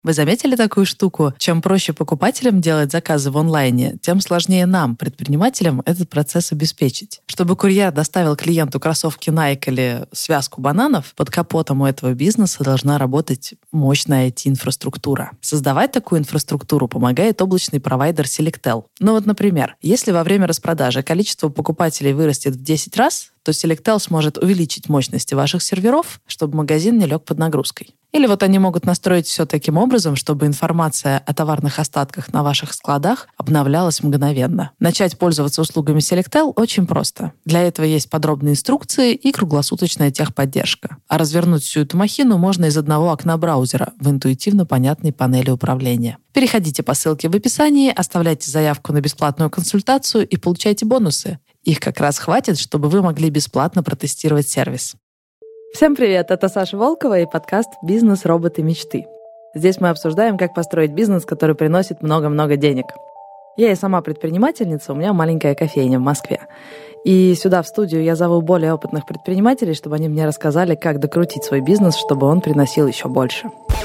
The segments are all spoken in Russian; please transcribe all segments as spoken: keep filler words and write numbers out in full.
Вы заметили такую штуку? Чем проще покупателям делать заказы в онлайне, тем сложнее нам, предпринимателям, этот процесс обеспечить. Чтобы курьер доставил клиенту кроссовки Nike или связку бананов, под капотом у этого бизнеса должна работать мощная ай ти-инфраструктура. Создавать такую инфраструктуру помогает облачный провайдер Selectel. Ну вот, например, если во время распродажи количество покупателей вырастет в десять раз, то Selectel сможет увеличить мощности ваших серверов, чтобы магазин не лег под нагрузкой. Или вот они могут настроить все таким образом, чтобы информация о товарных остатках на ваших складах обновлялась мгновенно. Начать пользоваться услугами Selectel очень просто. Для этого есть подробные инструкции и круглосуточная техподдержка. А развернуть всю эту махину можно из одного окна браузера в интуитивно понятной панели управления. Переходите по ссылке в описании, оставляйте заявку на бесплатную консультацию и получайте бонусы. Их как раз хватит, чтобы вы могли бесплатно протестировать сервис. Всем привет, это Саша Волкова и подкаст «Бизнес. Роботы. Мечты». Здесь мы обсуждаем, как построить бизнес, который приносит много-много денег. Я и сама предпринимательница, у меня маленькая кофейня в Москве. И сюда, в студию, я зову более опытных предпринимателей, чтобы они мне рассказали, как докрутить свой бизнес, чтобы он приносил еще больше.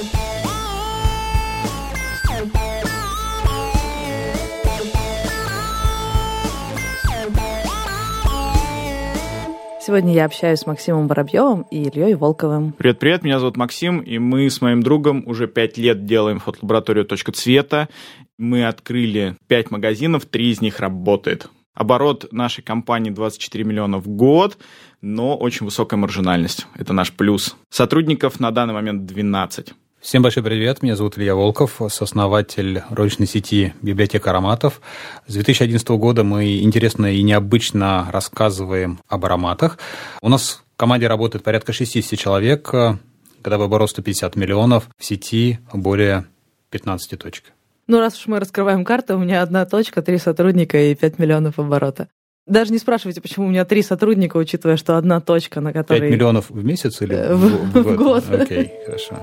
Сегодня я общаюсь с Максимом Воробьевым и Ильей Волковым. Привет-привет, меня зовут Максим, и мы с моим другом уже пять лет делаем фотолабораторию «Точка цвета». Мы открыли пять магазинов, три из них работает. Оборот нашей компании двадцать четыре миллиона в год, но очень высокая маржинальность. Это наш плюс. Сотрудников на данный момент двенадцать. Всем большой привет, меня зовут Илья Волков, сооснователь розничной сети «Библиотека ароматов». С две тысячи одиннадцатого года мы интересно и необычно рассказываем об ароматах. У нас в команде работает порядка шестьдесят человек, годовой оборот сто пятьдесят миллионов, в сети более пятнадцать точек. Ну, раз уж мы раскрываем карты, у меня одна точка, три сотрудника и пять миллионов оборота. Даже не спрашивайте, почему у меня три сотрудника, учитывая, что одна точка, на которой... пять миллионов в месяц или в, в, в, в год? Окей, хорошо.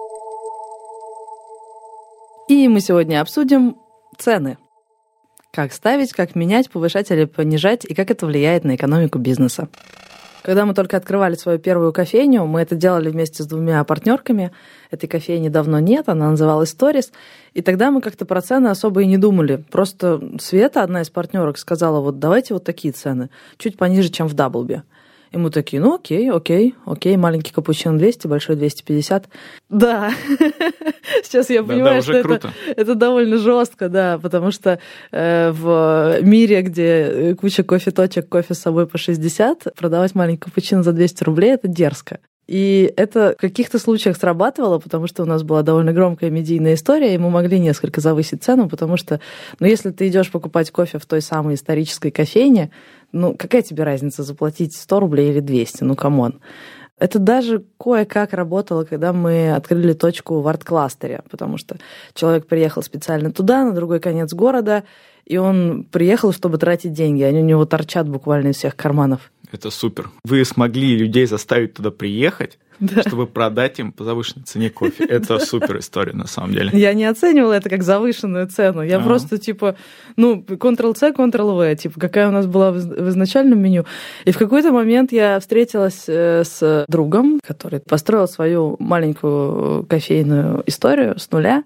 И мы сегодня обсудим цены. Как ставить, как менять, повышать или понижать, и как это влияет на экономику бизнеса. Когда мы только открывали свою первую кофейню, мы это делали вместе с двумя партнерками. Этой кофейни давно нет, она называлась Stories. И тогда мы как-то про цены особо и не думали. Просто Света, одна из партнерок, сказала, вот давайте вот такие цены, чуть пониже, чем в Даблби. И мы такие, ну окей, окей, окей, маленький капучино двести, большой двести пятьдесят. Да, сейчас я понимаю, что это, это довольно жестко, да, потому что э, в мире, где куча кофе-точек, кофе с собой по шестьдесят, продавать маленький капучино за двести рублей – это дерзко. И это в каких-то случаях срабатывало, потому что у нас была довольно громкая медийная история, и мы могли несколько завысить цену, потому что, ну, если ты идешь покупать кофе в той самой исторической кофейне, ну, какая тебе разница, заплатить сто рублей или двести? Ну, камон. Это даже кое-как работало, когда мы открыли точку в арт-кластере, потому что человек приехал специально туда, на другой конец города, и он приехал, чтобы тратить деньги, они у него торчат буквально из всех карманов. Это супер. Вы смогли людей заставить туда приехать, да, чтобы продать им по завышенной цене кофе. Это супер история, на самом деле. Я не оценивала это как завышенную цену. Я А-а-а. просто, типа, ну, контрол-C, контрол-V, типа, какая у нас была в изначальном меню. И в какой-то момент я встретилась с другом, который построил свою маленькую кофейную историю с нуля,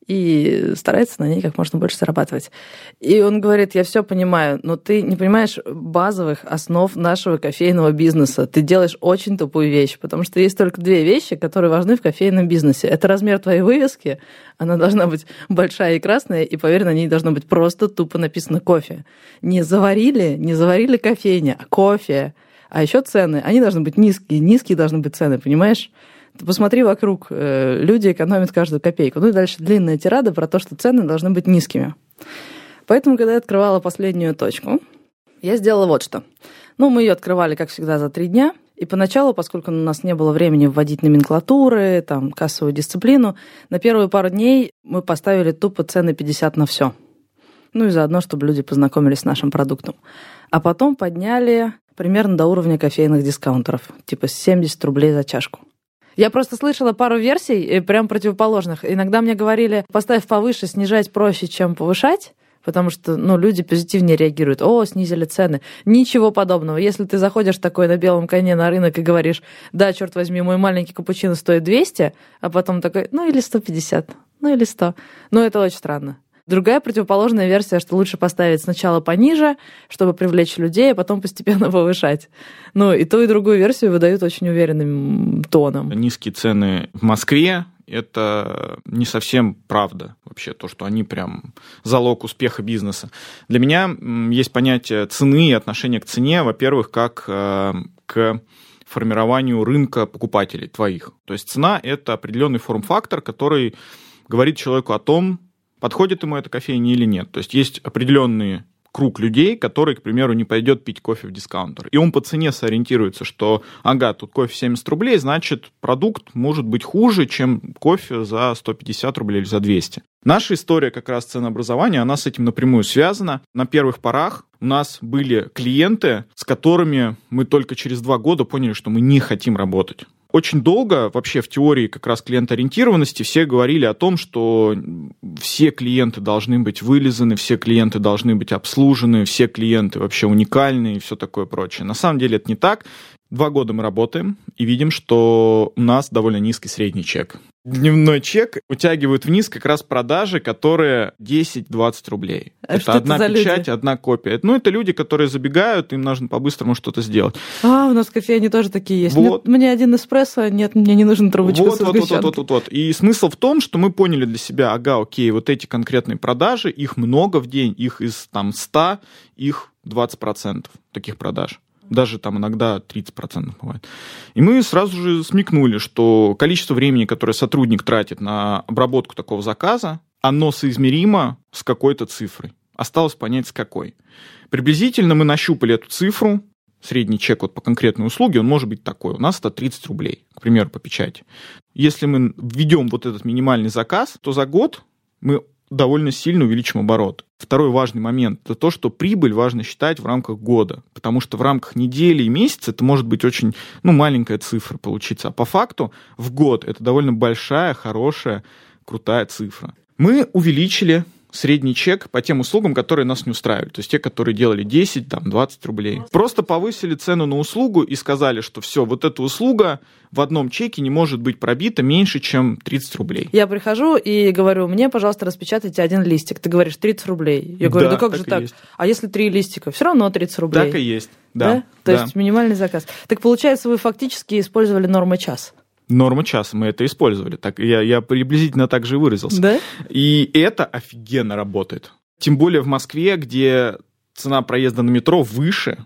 и старается на ней как можно больше зарабатывать. И он говорит, я все понимаю, но ты не понимаешь базовых основ нашего кофейного бизнеса. Ты делаешь очень тупую вещь, потому что есть только две вещи, которые важны в кофейном бизнесе. Это размер твоей вывески, она должна быть большая и красная, и, поверь, на ней должно быть просто тупо написано «кофе». Не заварили, не заварили кофейня, а кофе. А еще цены, они должны быть низкие, низкие должны быть цены, понимаешь? Посмотри вокруг, люди экономят каждую копейку. Ну и дальше длинная тирада про то, что цены должны быть низкими. Поэтому, когда я открывала последнюю точку, я сделала вот что. Ну, мы ее открывали, как всегда, за три дня. И поначалу, поскольку у нас не было времени вводить номенклатуры, там, кассовую дисциплину, на первые пару дней мы поставили тупо цены пятьдесят на все. Ну и заодно, чтобы люди познакомились с нашим продуктом. А потом подняли примерно до уровня кофейных дискаунтеров, типа семьдесят рублей за чашку. Я просто слышала пару версий, прям противоположных. Иногда мне говорили, поставь повыше, снижать проще, чем повышать, потому что, ну, люди позитивнее реагируют. О, снизили цены. Ничего подобного. Если ты заходишь такой на белом коне на рынок и говоришь, да, черт возьми, мой маленький капучино стоит двести, а потом такой, ну, или сто пятьдесят. ну или сто. Но это очень странно. Другая противоположная версия, что лучше поставить сначала пониже, чтобы привлечь людей, а потом постепенно повышать. Ну, и ту, и другую версию выдают очень уверенным тоном. Низкие цены в Москве – это не совсем правда вообще, то, что они прям залог успеха бизнеса. Для меня есть понятие цены и отношение к цене, во-первых, как к формированию рынка покупателей твоих. То есть цена – это определенный форм-фактор, который говорит человеку о том, подходит ему эта кофейня или нет. То есть есть определенный круг людей, который, к примеру, не пойдет пить кофе в дискаунтер. И он по цене сориентируется, что, ага, тут кофе семьдесят рублей, значит, продукт может быть хуже, чем кофе за сто пятьдесят рублей или за двести. Наша история как раз ценообразования, она с этим напрямую связана. На первых порах у нас были клиенты, с которыми мы только через два года поняли, что мы не хотим работать. Очень долго вообще в теории как раз клиентоориентированности все говорили о том, что все клиенты должны быть вылизаны, все клиенты должны быть обслужены, все клиенты вообще уникальны и все такое прочее. На самом деле это не так. Два года мы работаем и видим, что у нас довольно низкий средний чек. Дневной чек утягивают вниз как раз продажи, которые десять-двадцать рублей. А это одна это печать, люди? Одна копия. Ну, это люди, которые забегают, им нужно по-быстрому что-то сделать. А, у нас в кофейне тоже такие есть. Вот. Нет, мне один эспрессо, нет, мне не нужен трубочка вот, со вот, сгущенкой. вот, вот, вот, вот. И смысл в том, что мы поняли для себя, ага, окей, вот эти конкретные продажи, их много в день, их из там ста, их двадцать процентов таких продаж. Даже там иногда тридцать процентов бывает. И мы сразу же смекнули, что количество времени, которое сотрудник тратит на обработку такого заказа, оно соизмеримо с какой-то цифрой. Осталось понять, с какой. Приблизительно мы нащупали эту цифру. Средний чек вот по конкретной услуге, он может быть такой. У нас это тридцать рублей, к примеру, по печати. Если мы введем вот этот минимальный заказ, то за год мы довольно сильно увеличим оборот. Второй важный момент – это то, что прибыль важно считать в рамках года, потому что в рамках недели и месяца это может быть очень ну, маленькая цифра получиться, а по факту в год это довольно большая, хорошая, крутая цифра. Мы увеличили средний чек по тем услугам, которые нас не устраивали. То есть те, которые делали десять, там, двадцать рублей. Просто повысили цену на услугу и сказали, что все, вот эта услуга в одном чеке не может быть пробита меньше, чем тридцать рублей. Я прихожу и говорю, мне, пожалуйста, распечатайте один листик. Ты говоришь, тридцать рублей. Я говорю, да, да как так же так? Есть. А если три листика? Все равно тридцать рублей. Так и есть, да. да? То да. есть минимальный заказ. Так получается, вы фактически использовали нормы час. Норма часа, мы это использовали. Так, я, я приблизительно так же выразился. Да? И это офигенно работает. Тем более в Москве, где цена проезда на метро выше,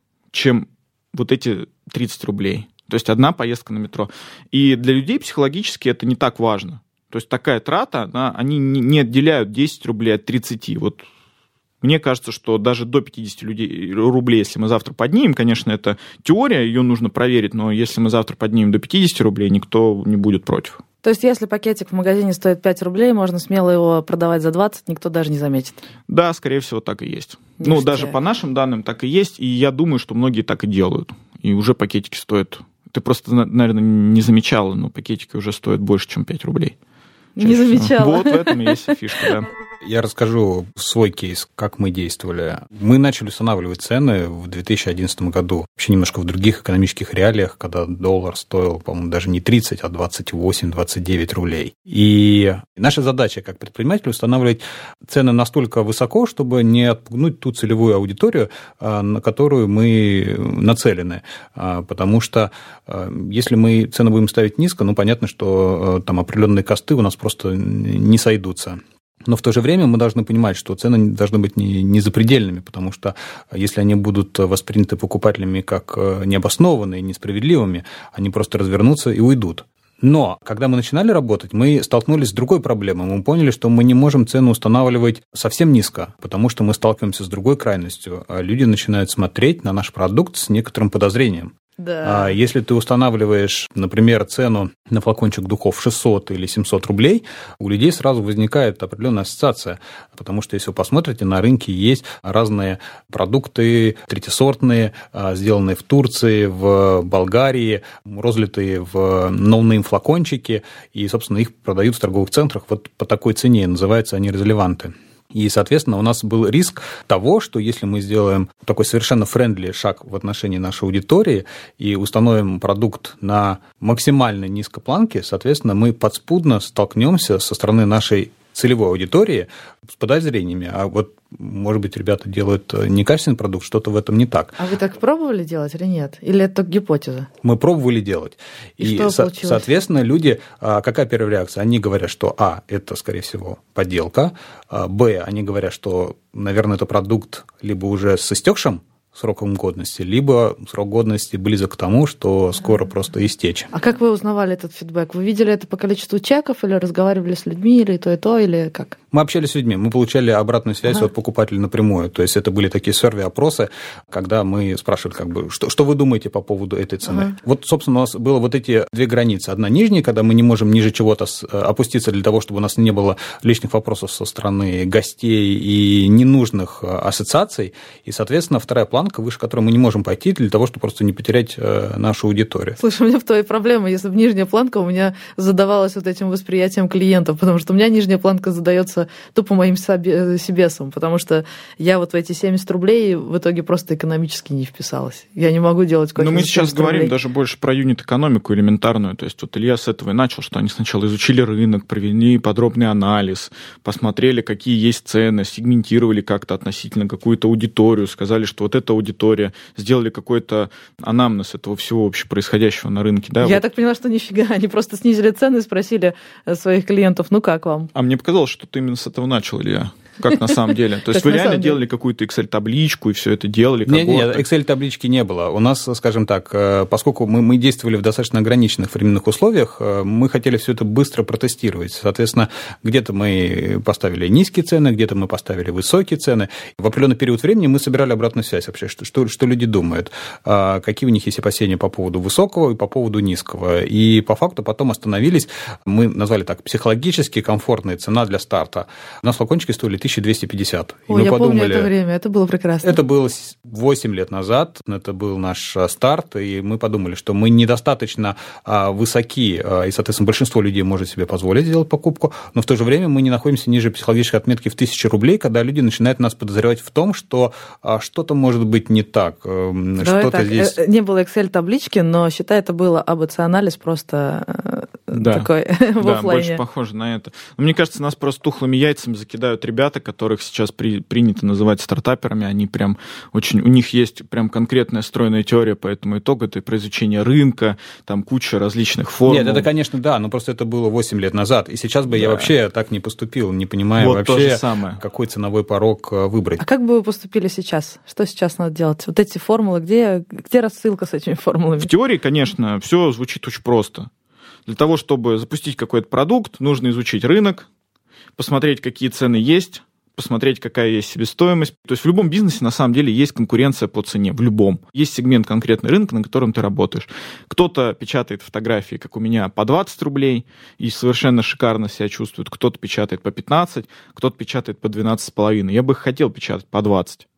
чем вот эти тридцать рублей. То есть одна поездка на метро. И для людей психологически это не так важно. То есть такая трата, она, они не отделяют десять рублей от тридцати. Вот мне кажется, что даже до пятьдесят рублей, если мы завтра поднимем, конечно, это теория, ее нужно проверить, но если мы завтра поднимем до пятьдесят рублей, никто не будет против. То есть если пакетик в магазине стоит пять рублей, можно смело его продавать за двадцать, никто даже не заметит? Да, скорее всего, так и есть. Ништяк. Ну, даже по нашим данным так и есть, и я думаю, что многие так и делают. И уже пакетики стоят... Ты просто, наверное, не замечала, но пакетики уже стоят больше, чем пять рублей. Не замечала. Вот в этом и есть фишка, да. Я расскажу свой кейс, как мы действовали. Мы начали устанавливать цены в две тысячи одиннадцатом году. Вообще немножко в других экономических реалиях, когда доллар стоил, по-моему, даже не тридцать, а двадцать восемь - двадцать девять рублей. И наша задача как предпринимателя устанавливать цены настолько высоко, чтобы не отпугнуть ту целевую аудиторию, на которую мы нацелены. Потому что если мы цены будем ставить низко, ну, понятно, что там определенные косты у нас просто не сойдутся. Но в то же время мы должны понимать, что цены должны быть не, не запредельными, потому что если они будут восприняты покупателями как необоснованные, несправедливыми, они просто развернутся и уйдут. Но когда мы начинали работать, мы столкнулись с другой проблемой. Мы поняли, что мы не можем цену устанавливать совсем низко, потому что мы сталкиваемся с другой крайностью. Люди начинают смотреть на наш продукт с некоторым подозрением. Да. Если ты устанавливаешь, например, цену на флакончик духов шестьсот или семьсот рублей, у людей сразу возникает определенная ассоциация, потому что, если вы посмотрите, на рынке есть разные продукты третьесортные, сделанные в Турции, в Болгарии, розлитые в ноунейм флакончики, и, собственно, их продают в торговых центрах вот по такой цене, называются они резолеванты. И, соответственно, у нас был риск того, что если мы сделаем такой совершенно френдли шаг в отношении нашей аудитории и установим продукт на максимально низкой планке, соответственно, мы подспудно столкнемся со стороны нашей целевой аудитории с подозрениями. А вот, может быть, ребята делают некачественный продукт, что-то в этом не так. А вы так пробовали делать или нет? Или это только гипотеза? Мы пробовали делать. И, и что со- получилось? Соответственно, люди, какая первая реакция? Они говорят, что а, это, скорее всего, подделка, б, они говорят, что, наверное, это продукт либо уже с истекшим сроком годности, либо срок годности близок к тому, что скоро просто истечь. А как вы узнавали этот фидбэк? Вы видели это по количеству чеков или разговаривали с людьми, или то и то, или как? Мы общались с людьми, мы получали обратную связь ага. от покупателей напрямую. То есть это были такие сервис-опросы, когда мы спрашивали, как бы, что, что вы думаете по поводу этой цены. Ага. Вот, собственно, у нас было вот эти две границы. Одна нижняя, когда мы не можем ниже чего-то опуститься для того, чтобы у нас не было лишних вопросов со стороны гостей и ненужных ассоциаций. И, соответственно, вторая планка, выше которой мы не можем пойти для того, чтобы просто не потерять нашу аудиторию. Слушай, у меня в той проблема, если бы нижняя планка у меня задавалась вот этим восприятием клиентов, потому что у меня нижняя планка задается тупо моим себесом, потому что я вот в эти семьдесят рублей в итоге просто экономически не вписалась. Я не могу делать кофе. Но мы сейчас говорим рублей. Даже больше про юнит-экономику элементарную. То есть вот Илья с этого и начал, что они сначала изучили рынок, провели подробный анализ, посмотрели, какие есть цены, сегментировали как-то относительно какую-то аудиторию, сказали, что вот эта аудитория, сделали какой-то анамнез этого всего общепроисходящего на рынке. Да? Я вот. так поняла, что нифига, они просто снизили цены и спросили своих клиентов, ну как вам? А мне показалось, что ты именно с этого начал, Илья. Как на самом деле. То есть вы реально делали какую-то Excel-табличку и все это делали? Нет, нет, Excel-таблички не было. У нас, скажем так, поскольку мы, мы действовали в достаточно ограниченных временных условиях, мы хотели все это быстро протестировать. Соответственно, где-то мы поставили низкие цены, где-то мы поставили высокие цены. В определенный период времени мы собирали обратную связь вообще, что, что, что люди думают, какие у них есть опасения по поводу высокого и по поводу низкого. И по факту потом остановились, мы назвали так, психологически комфортная цена для старта. У нас флакончики стоили тысяча двести пятьдесят. И Ой, мы я подумали, помню это время, это было прекрасно. Это было восемь лет назад, это был наш старт, и мы подумали, что мы недостаточно высоки, и, соответственно, большинство людей может себе позволить сделать покупку, но в то же время мы не находимся ниже психологической отметки в тысячу рублей, когда люди начинают нас подозревать в том, что что-то может быть не так, Давай что-то так. здесь... Не было Excel-таблички, но, считай, это было эй би си-анализ просто да. такой да, в офлайне. Больше похоже на это. Но мне кажется, нас просто тухлыми яйцами закидают ребята, которых сейчас при, принято называть стартаперами, они прям очень, у них есть прям конкретная стройная теория по этому итогу, это про изучение рынка, там куча различных формул. Нет, это, конечно, да, но просто это было восемь лет назад, и сейчас бы да. я вообще так не поступил, не понимая вот вообще, какой ценовой порог выбрать. А как бы вы поступили сейчас? Что сейчас надо делать? Вот эти формулы, где, где рассылка с этими формулами? В теории, конечно, все звучит очень просто. Для того, чтобы запустить какой-то продукт, нужно изучить рынок, посмотреть, какие цены есть, посмотреть, какая есть себестоимость. То есть в любом бизнесе на самом деле есть конкуренция по цене, в любом. Есть сегмент конкретный рынка, на котором ты работаешь. Кто-то печатает фотографии, как у меня, по двадцать рублей и совершенно шикарно себя чувствует. Кто-то печатает по пятнадцать, кто-то печатает по двенадцать с половиной. Я бы хотел печатать по двадцать.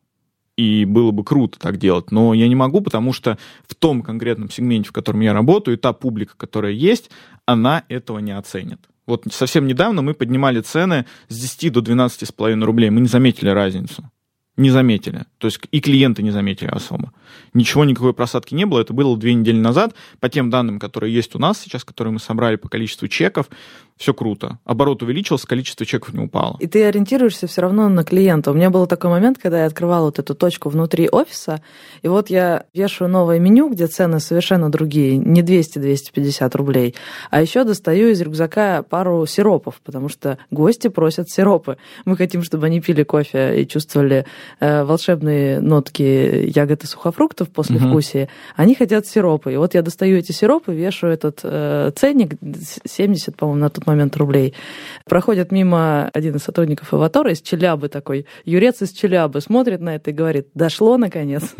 И было бы круто так делать, но я не могу, потому что в том конкретном сегменте, в котором я работаю, та публика, которая есть, она этого не оценит. Вот совсем недавно мы поднимали цены с десяти до двенадцати с половиной рублей. Мы не заметили разницу. Не заметили. То есть и клиенты не заметили особо. Ничего, никакой просадки не было. Это было две недели назад. По тем данным, которые есть у нас сейчас, которые мы собрали по количеству чеков, все круто. Оборот увеличился, количество чеков не упало. И ты ориентируешься все равно на клиента. У меня был такой момент, когда я открывала вот эту точку внутри офиса, и вот я вешаю новое меню, где цены совершенно другие, не двести - двести пятьдесят рублей, а еще достаю из рюкзака пару сиропов, потому что гости просят сиропы. Мы хотим, чтобы они пили кофе и чувствовали э, волшебные нотки ягод и сухофруктов после угу. вкусия. Они хотят сиропы. И вот я достаю эти сиропы, вешаю этот э, ценник, семьдесят, по-моему, на тот момент рублей. Проходит мимо один из сотрудников Аватора из Челябы такой, юрец из Челябы, смотрит на это и говорит, дошло наконец.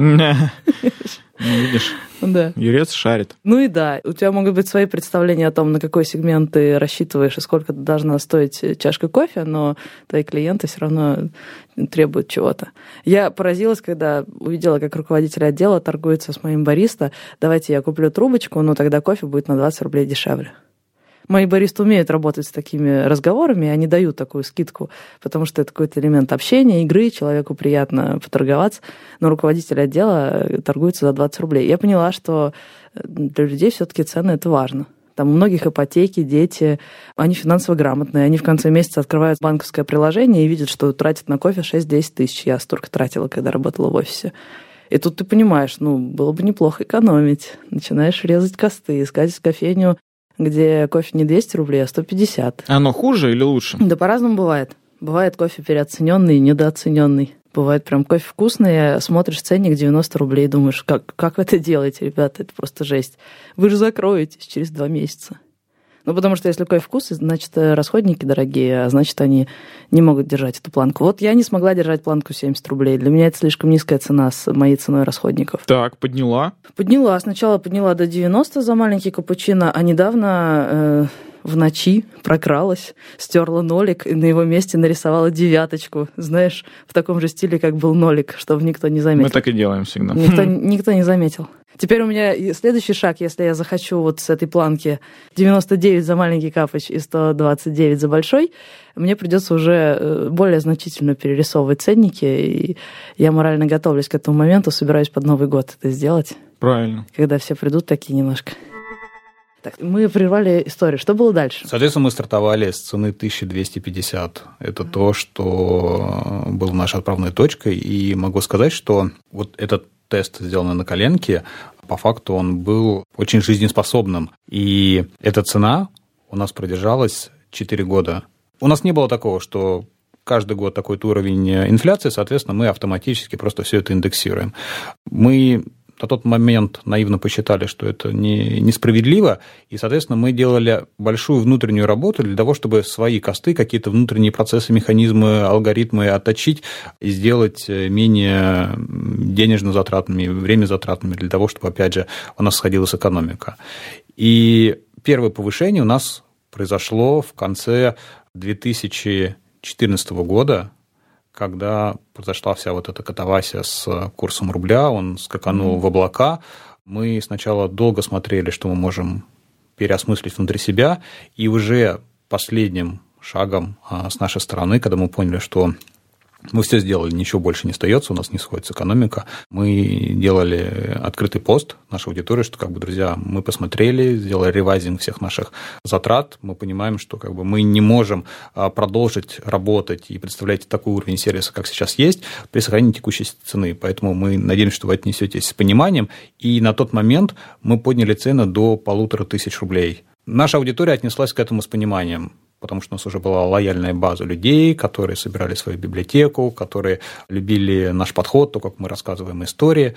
Ну, видишь, да. юрец шарит. Ну и да, у тебя могут быть свои представления о том, на какой сегмент ты рассчитываешь и сколько должна стоить чашка кофе, но твои клиенты все равно требуют чего-то. Я поразилась, когда увидела, как руководитель отдела торгуется с моим бариста. Давайте я куплю трубочку, но тогда кофе будет на двадцать рублей дешевле. Мои баристы умеют работать с такими разговорами, они дают такую скидку, потому что это какой-то элемент общения, игры, человеку приятно поторговаться, но руководитель отдела торгуется за двадцать рублей. Я поняла, что для людей все-таки цены – это важно. Там у многих ипотеки, дети, они финансово грамотные, они в конце месяца открывают банковское приложение и видят, что тратят на кофе шесть-десять тысяч. Я столько тратила, когда работала в офисе. И тут ты понимаешь, ну, было бы неплохо экономить. Начинаешь резать косты, искать кофейню, где кофе не двести рублей, а сто пятьдесят. Оно хуже или лучше? Да по-разному бывает. Бывает кофе переоцененный и недооцененный. Бывает прям кофе вкусный, смотришь ценник девяносто рублей, думаешь, как, как вы это делаете, ребята, это просто жесть. Вы же закроетесь через два месяца. Ну, потому что если кофе вкусный, значит, расходники дорогие, а значит, они не могут держать эту планку. Вот я не смогла держать планку семьдесят рублей. Для меня это слишком низкая цена с моей ценой расходников. Так, подняла? Подняла. Сначала подняла до девяносто за маленький капучино, а недавно э, в ночи прокралась, стерла нолик и на его месте нарисовала девяточку. Знаешь, в таком же стиле, как был нолик, чтобы никто не заметил. Мы так и делаем всегда. Никто, никто не заметил. Теперь у меня следующий шаг, если я захочу вот с этой планки девяносто девять за маленький капуч и сто двадцать девять за большой, мне придется уже более значительно перерисовывать ценники, и я морально готовлюсь к этому моменту, собираюсь под Новый год это сделать. Правильно. Когда все придут такие немножко. Так, мы прервали историю. Что было дальше? Соответственно, мы стартовали с цены тысяча двести пятьдесят. Это mm-hmm. то, что было нашей отправной точкой, и могу сказать, что вот этот тест, сделанный на коленке, по факту он был очень жизнеспособным. И эта цена у нас продержалась четыре года. У нас не было такого, что каждый год такой-то уровень инфляции, соответственно, мы автоматически просто все это индексируем. Мы на тот момент наивно посчитали, что это не, несправедливо, и, соответственно, мы делали большую внутреннюю работу для того, чтобы свои косты, какие-то внутренние процессы, механизмы, алгоритмы отточить и сделать менее денежно затратными, время затратными, для того, чтобы, опять же, у нас сходилась экономика. И первое повышение у нас произошло в конце две тысячи четырнадцатого года, когда произошла вся вот эта катавасия с курсом рубля, он скаканул mm-hmm. в облака. Мы сначала долго смотрели, что мы можем переосмыслить внутри себя, и уже последним шагом с нашей стороны, когда мы поняли, что мы все сделали, ничего больше не остается, у нас не сходится экономика. Мы делали открытый пост нашей аудитории, что, как бы, друзья, мы посмотрели, сделали ревайзинг всех наших затрат, мы понимаем, что, как бы, мы не можем продолжить работать и представлять такой уровень сервиса, как сейчас есть, при сохранении текущей цены. Поэтому мы надеемся, что вы отнесетесь с пониманием. И на тот момент мы подняли цены до полутора тысяч рублей. Наша аудитория отнеслась к этому с пониманием, потому что у нас уже была лояльная база людей, которые собирали свою библиотеку, которые любили наш подход, то, как мы рассказываем истории.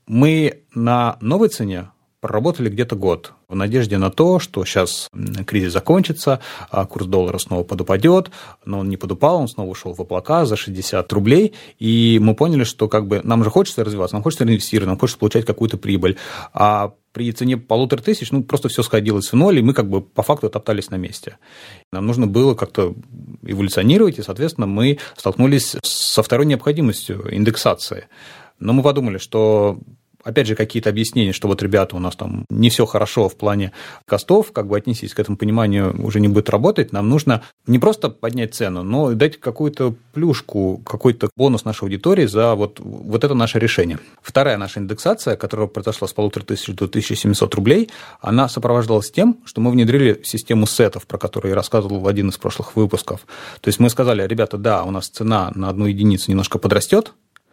Мы на новой цене проработали где-то год в надежде на то, что сейчас кризис закончится, курс доллара снова подупадет, но он не подупал, он снова ушел в облака за шестьдесят рублей, и мы поняли, что, как бы, нам же хочется развиваться, нам хочется инвестировать, нам хочется получать какую-то прибыль, а при цене полутора тысяч, ну, просто все сходилось в ноль, и мы, как бы, по факту топтались на месте. Нам нужно было как-то эволюционировать, и, соответственно, мы столкнулись со второй необходимостью индексации. Но мы подумали, что, опять же, какие-то объяснения, что вот, ребята, у нас там не все хорошо в плане костов, как бы отнесись к этому пониманию, уже не будет работать. Нам нужно не просто поднять цену, но дать какую-то плюшку, какой-то бонус нашей аудитории за вот, вот это наше решение. Вторая наша индексация, которая произошла с полутора тысяч до тысячи семисот рублей, она сопровождалась тем, что мы внедрили систему сетов, про которую я рассказывал в один из прошлых выпусков. То есть мы сказали, ребята, да, у нас цена на одну единицу немножко подрастет,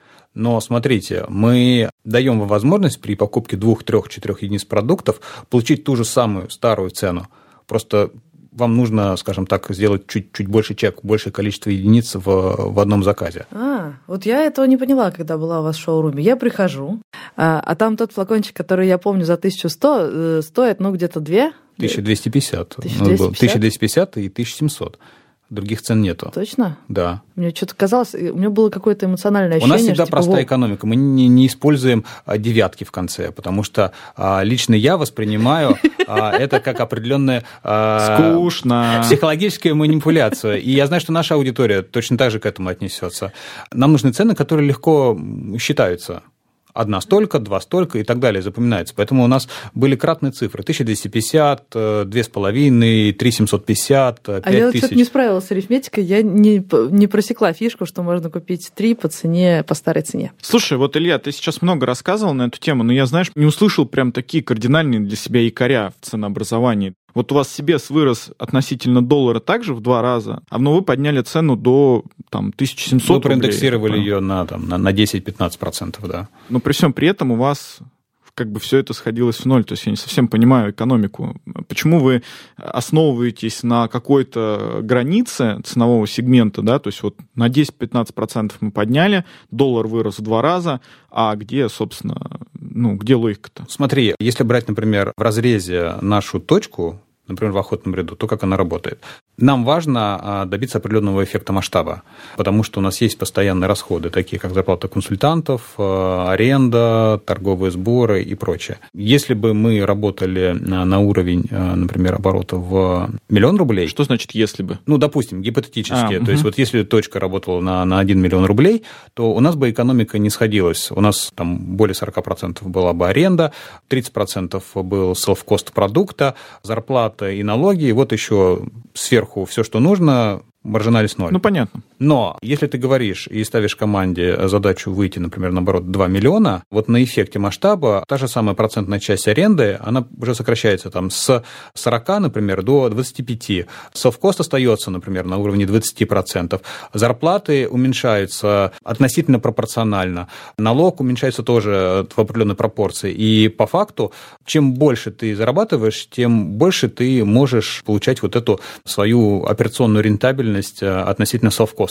но смотрите, мы даем вам возможность при покупке двух, трех, четырех единиц продуктов получить ту же самую старую цену. Просто вам нужно, скажем так, сделать чуть-чуть больше чек, большее количество единиц в, в одном заказе. А, вот я этого не поняла, когда была у вас в шоуруме. Я прихожу, а, а там тот флакончик, который я помню за тысячу сто, стоит, ну, где-то две. тысяча двести пятьдесят. тысяча двести пятьдесят? тысяча двести пятьдесят и тысяча семьсот. Других цен нету. Точно? Да. Мне что-то казалось, у меня было какое-то эмоциональное ощущение. У нас всегда что, простая типа, экономика. Мы не, не используем а, девятки в конце, потому что а, лично я воспринимаю а, это как определенная а, скучно психологическая манипуляция. И я знаю, что наша аудитория точно так же к этому отнесется. Нам нужны цены, которые легко считаются. одна столько, два столько и так далее запоминается. Поэтому у нас были кратные цифры. тысяча двести пятьдесят, две с половиной, три тысячи семьсот пятьдесят, пять тысяч. А я что-то не справилась с арифметикой, я не, не просекла фишку, что можно купить три по цене, по старой цене. Слушай, вот, Илья, ты сейчас много рассказывал на эту тему, но я, знаешь, не услышал прям такие кардинальные для себя якоря в ценообразовании. Вот у вас Сибес вырос относительно доллара также в два раза, но вы подняли цену до там, тысяча семьсот рублей. Мы проиндексировали ее на, там, на, на десять-пятнадцать процентов, да. Но при всем при этом у вас как бы все это сходилось в ноль. То есть я не совсем понимаю экономику. Почему вы основываетесь на какой-то границе ценового сегмента, да, то есть вот на десять-пятнадцать процентов мы подняли, доллар вырос в два раза, а где, собственно, ну, где логика-то? Смотри, если брать, например, в разрезе нашу точку, например, в охотном ряду, то как она работает. Нам важно добиться определенного эффекта масштаба, потому что у нас есть постоянные расходы, такие как зарплата консультантов, аренда, торговые сборы и прочее. Если бы мы работали на уровень, например, оборота в миллион рублей... Что значит «если бы»? Ну, допустим, гипотетически. А, то угу. есть вот если точка работала на, на один миллион рублей, то у нас бы экономика не сходилась. У нас там более сорок процентов была бы аренда, тридцать процентов был self-cost продукта, зарплата и налоги, и вот еще сверху все, что нужно, маржинальность ноль. Ну, понятно. Но если ты говоришь и ставишь команде задачу выйти, например, наоборот, два миллиона, вот на эффекте масштаба та же самая процентная часть аренды, она уже сокращается там с сорока, например, до двадцати пяти. Self-cost остается, например, на уровне двадцати процентов. Зарплаты уменьшаются относительно пропорционально. Налог уменьшается тоже в определенной пропорции. И по факту, чем больше ты зарабатываешь, тем больше ты можешь получать вот эту свою операционную рентабельность относительно self-cost.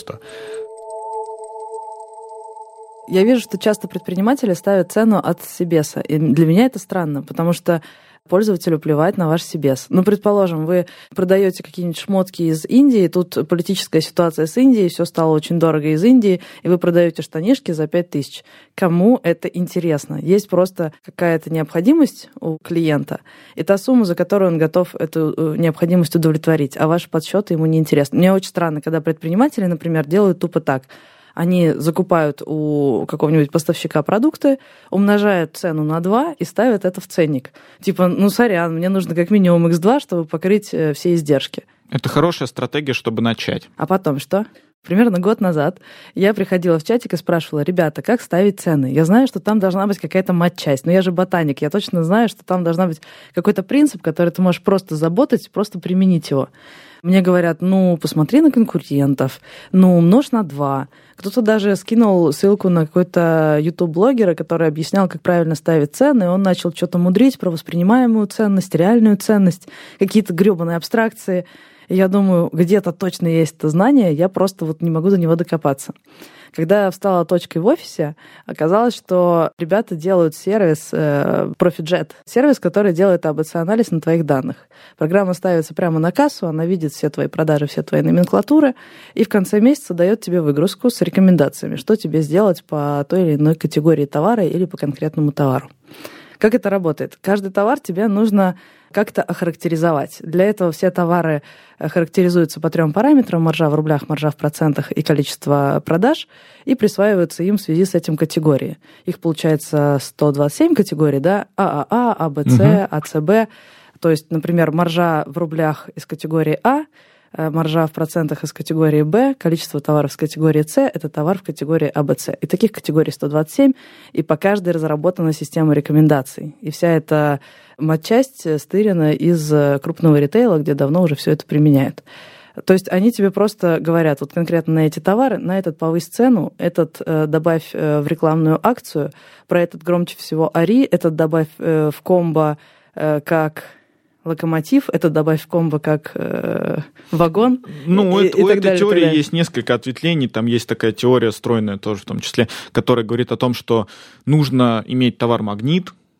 Я вижу, что часто предприниматели ставят цену от Сибеса. И для меня это странно, потому что пользователю плевать на ваш Сибес. Ну, предположим, вы продаете какие-нибудь шмотки из Индии, тут политическая ситуация с Индией, все стало очень дорого из Индии, и вы продаете штанишки за пять тысяч. Кому это интересно? Есть просто какая-то необходимость у клиента, и та сумма, за которую он готов эту необходимость удовлетворить, а ваши подсчеты ему не интересны. Мне очень странно, когда предприниматели, например, делают тупо так. Они закупают у какого-нибудь поставщика продукты, умножают цену на два и ставят это в ценник. Типа, ну, сорян, мне нужно как минимум икс два, чтобы покрыть все издержки. Это хорошая стратегия, чтобы начать. А потом что? Примерно год назад я приходила в чатик и спрашивала: ребята, как ставить цены? Я знаю, что там должна быть какая-то матчасть, но я же ботаник, я точно знаю, что там должна быть какой-то принцип, который ты можешь просто заботать, просто применить его. Мне говорят: ну, посмотри на конкурентов, ну, умножь на два. Кто-то даже скинул ссылку на какой-то YouTube-блогера, который объяснял, как правильно ставить цены, и он начал что-то мудрить про воспринимаемую ценность, реальную ценность, какие-то гребаные абстракции. И я думаю, где-то точно есть это знание, я просто вот не могу до него докопаться. Когда я встала точкой в офисе, оказалось, что ребята делают сервис э, ProfitJet, сервис, который делает эй би си-анализ на твоих данных. Программа ставится прямо на кассу, она видит все твои продажи, все твои номенклатуры, и в конце месяца дает тебе выгрузку с рекомендациями, что тебе сделать по той или иной категории товара или по конкретному товару. Как это работает? Каждый товар тебе нужно как-то охарактеризовать. Для этого все товары характеризуются по трем параметрам: маржа в рублях, маржа в процентах и количество продаж, и присваиваются им в связи с этим категории. Их получается сто двадцать семь категорий, да, ААА, АБЦ, АЦБ. То есть, например, маржа в рублях из категории А, маржа в процентах из категории Б, количество товаров с категории С – это товар в категории А Б С. И таких категорий сто двадцать семь, и по каждой разработана система рекомендаций. И вся эта матчасть стырена из крупного ритейла, где давно уже все это применяют. То есть они тебе просто говорят, вот конкретно на эти товары, на этот повысь цену, этот э, добавь э, в рекламную акцию, про этот громче всего ори, этот добавь э, в комбо э, как... локомотив, это добавь в комбо как э, вагон. Ну, и, это, и у так этой далее, теории так далее. есть несколько ответвлений. Там есть такая теория, стройная тоже в том числе, которая говорит о том, что нужно иметь товар-магнит,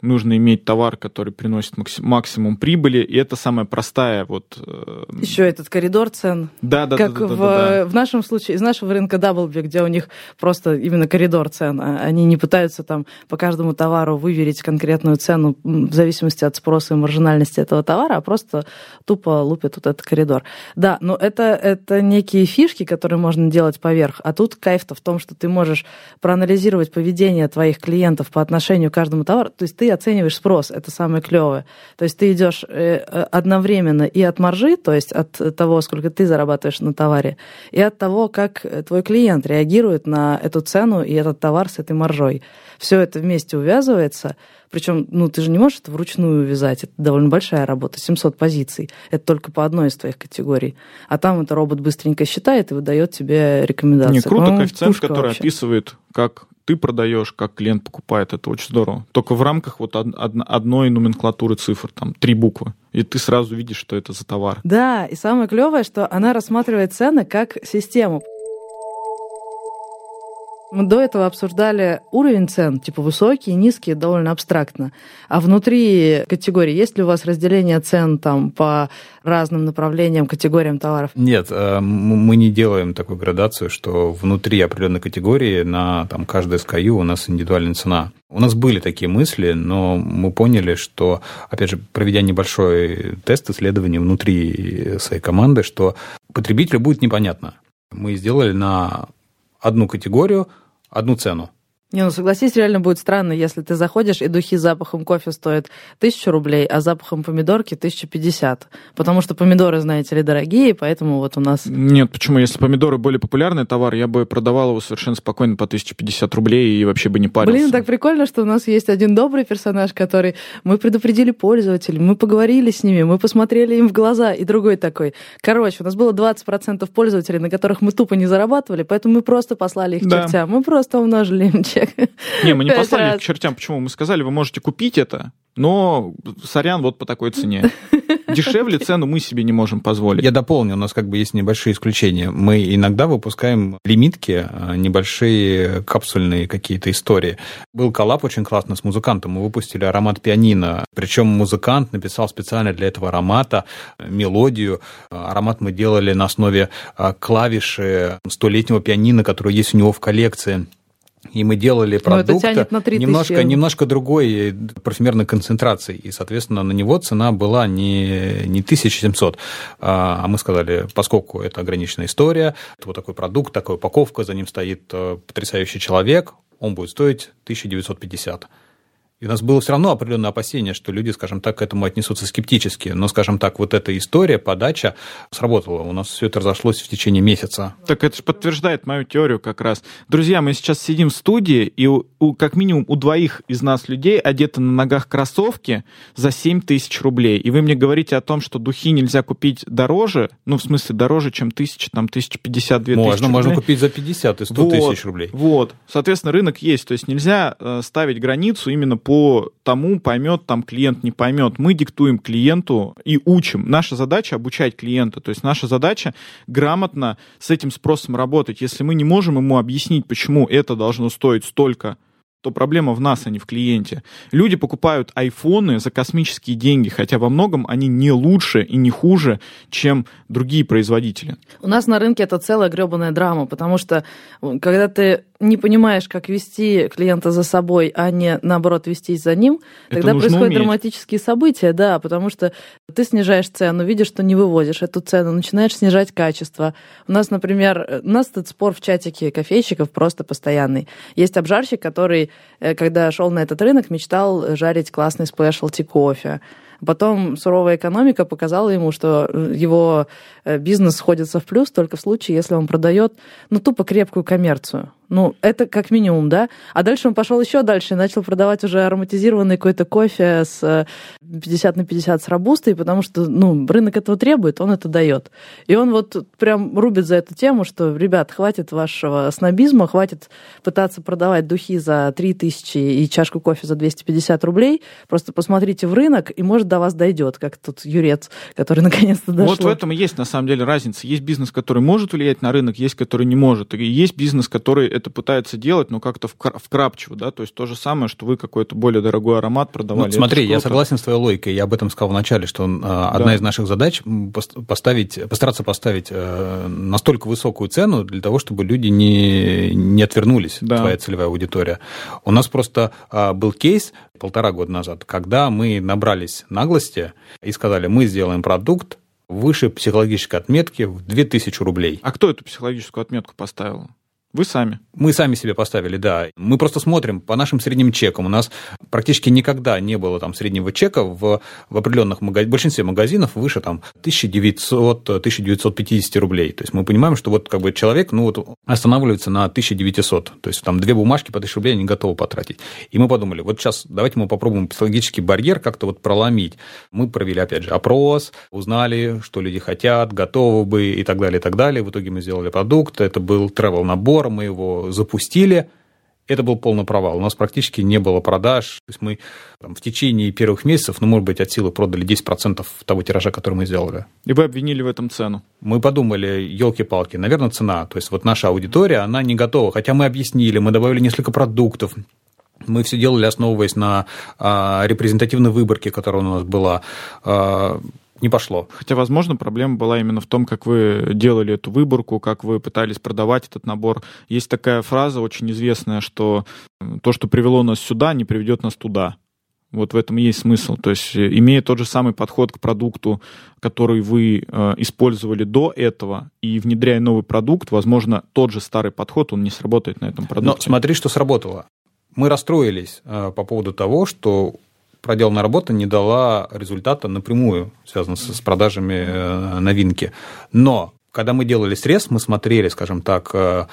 нужно иметь товар, который приносит максимум прибыли, и это самая простая вот... Еще этот коридор цен. Да, да, как да, да, в, да, да. в нашем случае, из нашего рынка Даблби, где у них просто именно коридор цен. Они не пытаются там по каждому товару выверить конкретную цену в зависимости от спроса и маржинальности этого товара, а просто тупо лупят вот этот коридор. Да, но это, это некие фишки, которые можно делать поверх, а тут кайф-то в том, что ты можешь проанализировать поведение твоих клиентов по отношению к каждому товару, то есть ты оцениваешь спрос, это самое клевое. То есть ты идешь одновременно и от маржи, то есть от того, сколько ты зарабатываешь на товаре, и от того, как твой клиент реагирует на эту цену и этот товар с этой маржой. Все это вместе увязывается, причем, ну, ты же не можешь это вручную увязать, это довольно большая работа, семьсот позиций, это только по одной из твоих категорий. А там это робот быстренько считает и выдает тебе рекомендации. Не, круто, ну, коэффициент, который вообще описывает, как ты продаешь, как клиент покупает, это очень здорово. Только в рамках вот од- од- одной номенклатуры цифр, там, три буквы, и ты сразу видишь, что это за товар. Да, и самое клевое, что она рассматривает цены как систему. Мы до этого обсуждали уровень цен, типа высокие, низкие, довольно абстрактно. А внутри категории есть ли у вас разделение цен там, по разным направлениям, категориям товаров? Нет, мы не делаем такую градацию, что внутри определенной категории на там, каждой эс кей ю у нас индивидуальная цена. У нас были такие мысли, но мы поняли, что, опять же, проведя небольшой тест исследования внутри своей команды, что потребителю будет непонятно. Мы сделали на одну категорию одну цену. Не, ну согласись, реально будет странно, если ты заходишь, и духи с запахом кофе стоят тысячу рублей, а запахом помидорки тысяча пятьдесят. Потому что помидоры, знаете ли, дорогие, поэтому вот у нас... Нет, почему? Если помидоры более популярный товар, я бы продавал его совершенно спокойно по тысяче пятьдесят рублей и вообще бы не парился. Блин, так прикольно, что у нас есть один добрый персонаж, который... Мы предупредили пользователей, мы поговорили с ними, мы посмотрели им в глаза, и другой такой. Короче, у нас было двадцать процентов пользователей, на которых мы тупо не зарабатывали, поэтому мы просто послали их к да. чертям. Мы просто умножили им чек. Не, мы не послали их к чертям. Почему? Мы сказали, вы можете купить это, но, сорян, вот по такой цене. Дешевле цену мы себе не можем позволить. Я дополню, у нас как бы есть небольшие исключения. Мы иногда выпускаем лимитки, небольшие капсульные какие-то истории. Был коллаб очень классно с музыкантом. Мы выпустили аромат пианино. Причем музыкант написал специально для этого аромата мелодию. Аромат мы делали на основе клавиши столетнего пианино, которое есть у него в коллекции. И мы делали продукт немножко, немножко другой парфюмерной концентрации. И, соответственно, на него цена была не, не тысяча семьсот. А мы сказали, поскольку это ограниченная история, это вот такой продукт, такая упаковка, за ним стоит потрясающий человек, он будет стоить тысяча девятьсот пятьдесят. И у нас было все равно определенное опасение, что люди, скажем так, к этому отнесутся скептически. Но, скажем так, вот эта история, подача сработала. У нас все это разошлось в течение месяца. Так это же подтверждает мою теорию как раз. Друзья, мы сейчас сидим в студии, и у, у, как минимум у двоих из нас людей одеты на ногах кроссовки за семь тысяч рублей. И вы мне говорите о том, что духи нельзя купить дороже, ну, в смысле, дороже, чем тысяча, там, тысяча пятьдесят, две тысячи можно, рублей. Можно купить за пятьдесят и сто вот, тысяч рублей. Вот. Соответственно, рынок есть. То есть нельзя ставить границу именно по тому, поймет там клиент, не поймет. Мы диктуем клиенту и учим. Наша задача — обучать клиента. То есть наша задача грамотно с этим спросом работать. Если мы не можем ему объяснить, почему это должно стоить столько, то проблема в нас, а не в клиенте. Люди покупают айфоны за космические деньги, хотя во многом они не лучше и не хуже, чем другие производители. У нас на рынке это целая гребаная драма, потому что когда ты не понимаешь, как вести клиента за собой, а не, наоборот, вестись за ним, это тогда происходят уметь. Драматические события, да, потому что ты снижаешь цену, видишь, что не вывозишь эту цену, начинаешь снижать качество. У нас, например, у нас этот спор в чатике кофейщиков просто постоянный. Есть обжарщик, который, когда шел на этот рынок, мечтал жарить классный спешлти кофе. Потом суровая экономика показала ему, что его бизнес сходится в плюс только в случае, если он продает, ну, тупо крепкую коммерцию. Ну, это как минимум, да. А дальше он пошел еще дальше и начал продавать уже ароматизированный какой-то кофе с пятьдесят на пятьдесят с робустой, потому что, ну, рынок этого требует, он это дает. И он вот прям рубит за эту тему, что, ребят, хватит вашего снобизма, хватит пытаться продавать духи за три тысячи и чашку кофе за двести пятьдесят рублей. Просто посмотрите в рынок, и, может, до вас дойдет, как тут Юрец, который наконец-то дошел. Вот в этом и есть, на самом деле, разница. Есть бизнес, который может влиять на рынок, есть, который не может. И есть бизнес, который это пытаются делать, но как-то вкратчиво, да, то есть то же самое, что вы какой-то более дорогой аромат продавали. Ну, смотри, я согласен с твоей логикой, я об этом сказал в начале, что да. одна из наших задач поставить, постараться поставить настолько высокую цену для того, чтобы люди не, не отвернулись, да. твоя целевая аудитория. У нас просто был кейс полтора года назад, когда мы набрались наглости и сказали, мы сделаем продукт выше психологической отметки в две тысячи рублей. А кто эту психологическую отметку поставил? Вы сами? Мы сами себе поставили, да. Мы просто смотрим по нашим средним чекам. У нас практически никогда не было там среднего чека в, в определенных магазинах, в большинстве магазинов выше там тысяча девятьсот - тысяча девятьсот пятьдесят рублей. То есть мы понимаем, что вот как бы человек ну, вот, останавливается на тысяча девятьсот. То есть там две бумажки по тысяче рублей они готовы потратить. И мы подумали, вот сейчас давайте мы попробуем психологический барьер как-то вот проломить. Мы провели, опять же, опрос, узнали, что люди хотят, готовы бы и так далее, и так далее. В итоге мы сделали продукт. Это был travel-набор. Мы его запустили, это был полный провал. У нас практически не было продаж. То есть мы там, в течение первых месяцев, ну, может быть, от силы продали десять процентов того тиража, который мы сделали. И вы обвинили в этом цену? Мы подумали, елки-палки, наверное, цена. То есть вот наша аудитория, она не готова. Хотя мы объяснили, мы добавили несколько продуктов. Мы все делали, основываясь на а, репрезентативной выборке, которая у нас была. А, не пошло. Хотя, возможно, проблема была именно в том, как вы делали эту выборку, как вы пытались продавать этот набор. Есть такая фраза очень известная, что то, что привело нас сюда, не приведет нас туда. Вот в этом и есть смысл. То есть, имея тот же самый подход к продукту, который вы э, использовали до этого, и внедряя новый продукт, возможно, тот же старый подход, он не сработает на этом продукте. Но смотри, что сработало. Мы расстроились э, по поводу того, что проделанная работа не дала результата напрямую, связанного с продажами новинки. Но когда мы делали срез, мы смотрели, скажем так,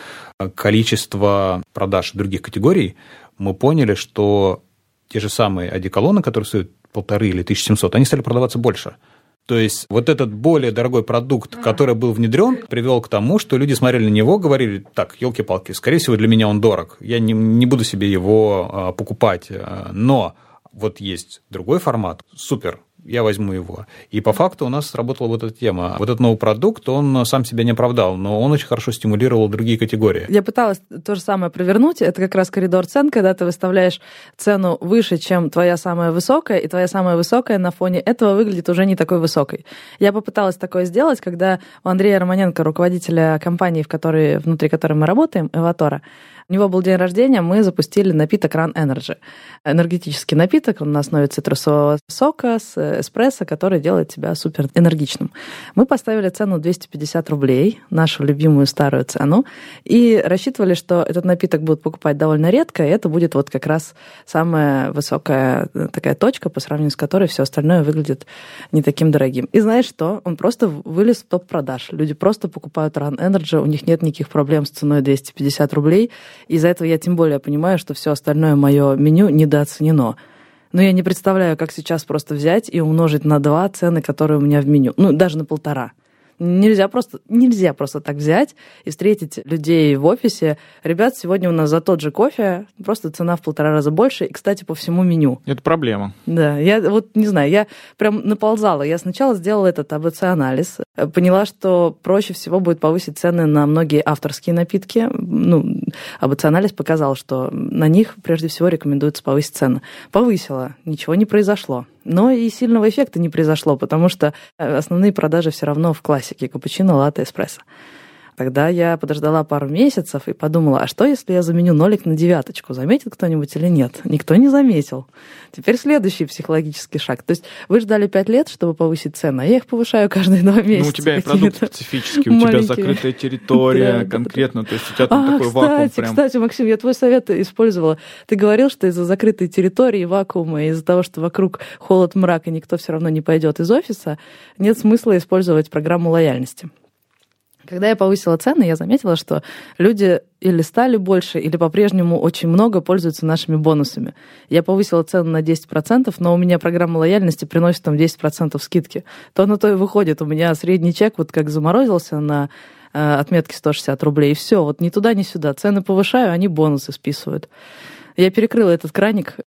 количество продаж других категорий, мы поняли, что те же самые одеколоны, которые стоят полторы или тысяча семьсот, они стали продаваться больше. То есть вот этот более дорогой продукт, который был внедрен, привел к тому, что люди смотрели на него, говорили, так, елки-палки, скорее всего, для меня он дорог, я не, не буду себе его покупать, но вот есть другой формат, супер, я возьму его. И по факту у нас сработала вот эта тема. Вот этот новый продукт, он сам себя не оправдал, но он очень хорошо стимулировал другие категории. Я пыталась то же самое провернуть. Это как раз коридор цен, когда ты выставляешь цену выше, чем твоя самая высокая, и твоя самая высокая на фоне этого выглядит уже не такой высокой. Я попыталась такое сделать, когда у Андрея Романенко, руководителя компании, в которой, внутри которой мы работаем, Эватора, у него был день рождения, мы запустили напиток Run Energy. Энергетический напиток, он на основе цитрусового сока с эспрессо, который делает тебя супер энергичным. Мы поставили цену двести пятьдесят рублей, нашу любимую старую цену, и рассчитывали, что этот напиток будут покупать довольно редко, и это будет вот как раз самая высокая такая точка, по сравнению с которой все остальное выглядит не таким дорогим. И знаешь что? Он просто вылез в топ-продаж. Люди просто покупают Run Energy, у них нет никаких проблем с ценой двести пятьдесят рублей. Из-за этого я тем более понимаю, что все остальное мое меню недооценено. Но я не представляю, как сейчас просто взять и умножить на два цены, которые у меня в меню. Ну, даже на полтора. Нельзя просто, нельзя просто так взять и встретить людей в офисе. Ребят, сегодня у нас за тот же кофе просто цена в полтора раза больше. И, кстати, по всему меню. Это проблема. Да, я вот не знаю, я прям наползала. Я сначала сделала этот АБЦ-анализ. Поняла, что проще всего будет повысить цены на многие авторские напитки. Ну, АБЦ-анализ показал, что на них прежде всего рекомендуется повысить цены. Повысила, ничего не произошло. Но и сильного эффекта не произошло, потому что основные продажи все равно в классике: капучино, латте, эспрессо. Тогда я подождала пару месяцев и подумала, а что, если я заменю нолик на девяточку? Заметит кто-нибудь или нет? Никто не заметил. Теперь следующий психологический шаг. То есть вы ждали пять лет, чтобы повысить цены, а я их повышаю каждые два месяца. Ну, у тебя и продукт специфический, у тебя закрытая территория конкретно, то есть у тебя там такой вакуум прям. Кстати, Максим, я твой совет использовала. Ты говорил, что из-за закрытой территории, вакуума, из-за того, что вокруг холод, мрак, и никто все равно не пойдет из офиса, нет смысла использовать программу лояльности. Когда я повысила цены, я заметила, что люди или стали больше, или по-прежнему очень много пользуются нашими бонусами. Я повысила цену на десять процентов, но у меня программа лояльности приносит там десять процентов скидки. То на то и выходит. У меня средний чек вот как заморозился на э, отметке сто шестьдесят рублей, и все, вот ни туда, ни сюда. Цены повышаю, они бонусы списывают. Я перекрыла этот краник,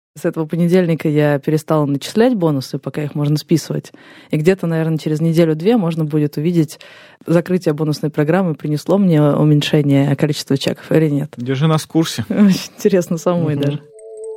С этого понедельника я перестала начислять бонусы, пока их можно списывать. И где-то, наверное, через неделю-две можно будет увидеть, закрытие бонусной программы принесло мне уменьшение количества чеков или нет. Держи нас в курсе. Очень интересно самой угу. даже.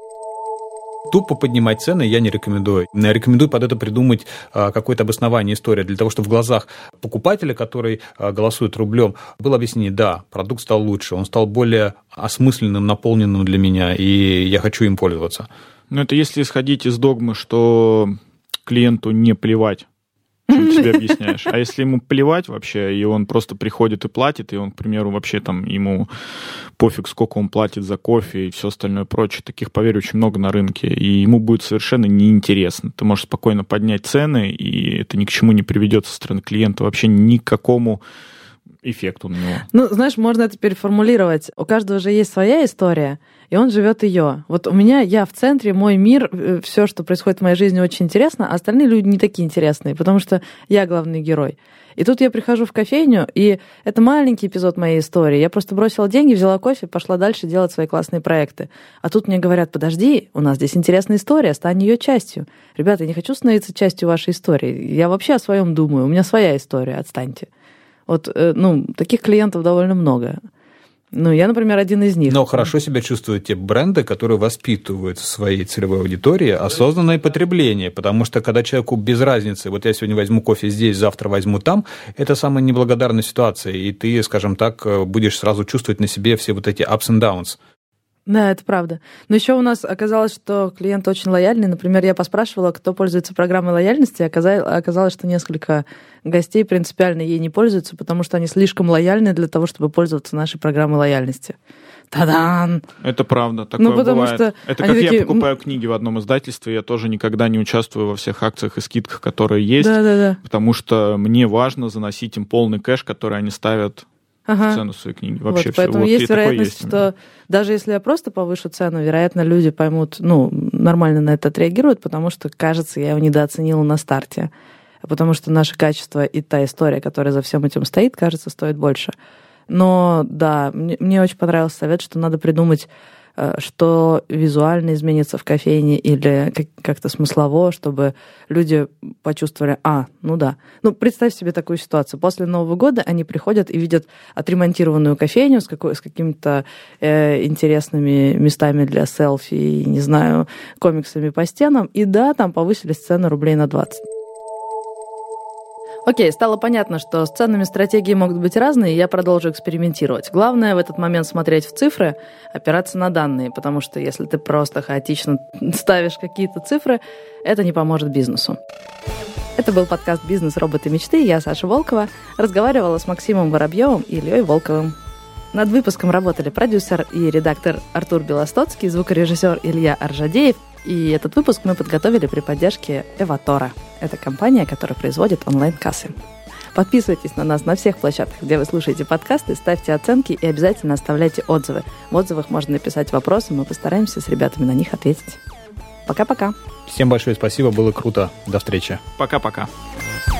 Тупо поднимать цены я не рекомендую. Рекомендую под это придумать какое-то обоснование истории, для того, чтобы в глазах покупателя, который голосует рублем, было объяснение: да, продукт стал лучше, он стал более осмысленным, наполненным для меня, и я хочу им пользоваться. Ну, это если исходить из догмы, что клиенту не плевать, чем ты себе объясняешь. А если ему плевать вообще, и он просто приходит и платит, и он, к примеру, вообще там ему пофиг, сколько он платит за кофе и все остальное прочее, таких, поверь, очень много на рынке, и ему будет совершенно неинтересно. Ты можешь спокойно поднять цены, и это ни к чему не приведет со стороны клиента, вообще ни к какому эффекту на него. Ну, знаешь, можно это переформулировать. У каждого же есть своя история, и он живет ее. Вот у меня, я в центре, мой мир, все, что происходит в моей жизни, очень интересно, а остальные люди не такие интересные, потому что я главный герой. И тут я прихожу в кофейню, и это маленький эпизод моей истории. Я просто бросила деньги, взяла кофе, пошла дальше делать свои классные проекты. А тут мне говорят: подожди, у нас здесь интересная история, стань ее частью. Ребята, я не хочу становиться частью вашей истории. Я вообще о своем думаю, у меня своя история, отстаньте. Вот, ну, таких клиентов довольно много. Ну, я, например, один из них. Но хорошо себя чувствуют те бренды, которые воспитывают в своей целевой аудитории осознанное потребление, потому что когда человеку без разницы, вот я сегодня возьму кофе здесь, завтра возьму там, это самая неблагодарная ситуация, и ты, скажем так, будешь сразу чувствовать на себе все вот эти ups and downs. Да, это правда. Но еще у нас оказалось, что клиент очень лояльный. Например, я поспрашивала, кто пользуется программой лояльности, оказалось, что несколько гостей принципиально ей не пользуются, потому что они слишком лояльны для того, чтобы пользоваться нашей программой лояльности. Та-дан! Это правда, такое ну, потому бывает. Что это как такие... я покупаю книги в одном издательстве, я тоже никогда не участвую во всех акциях и скидках, которые есть, Да-да-да. потому что мне важно заносить им полный кэш, который они ставят ага. в цену своей книги. Вообще вот, поэтому все. есть вот вероятность, есть что даже если я просто повышу цену, вероятно, люди поймут, ну, нормально на это отреагируют, потому что, кажется, я его недооценила на старте. Потому что наше качество и та история, которая за всем этим стоит, кажется, стоит больше. Но да, мне, мне очень понравился совет, что надо придумать, что визуально изменится в кофейне или как-то смыслово, чтобы люди почувствовали: а, ну да. Ну, представь себе такую ситуацию. После Нового года они приходят и видят отремонтированную кофейню с, какой, с какими-то э, интересными местами для селфи, и, не знаю, комиксами по стенам. И да, там повысились цены рублей на двадцать. Окей, стало понятно, что с ценами стратегии могут быть разные, и я продолжу экспериментировать. Главное в этот момент смотреть в цифры, опираться на данные, потому что если ты просто хаотично ставишь какие-то цифры, это не поможет бизнесу. Это был подкаст «Бизнес. Роботы. Мечты». Я, Саша Волкова, разговаривала с Максимом Воробьевым и Ильей Волковым. Над выпуском работали продюсер и редактор Артур Белостоцкий, звукорежиссер Илья Аржадеев. И этот выпуск мы подготовили при поддержке Эватора. Это компания, которая производит онлайн-кассы. Подписывайтесь на нас на всех площадках, где вы слушаете подкасты, ставьте оценки и обязательно оставляйте отзывы. В отзывах можно написать вопросы, мы постараемся с ребятами на них ответить. Пока-пока. Всем большое спасибо, было круто. До встречи. Пока-пока.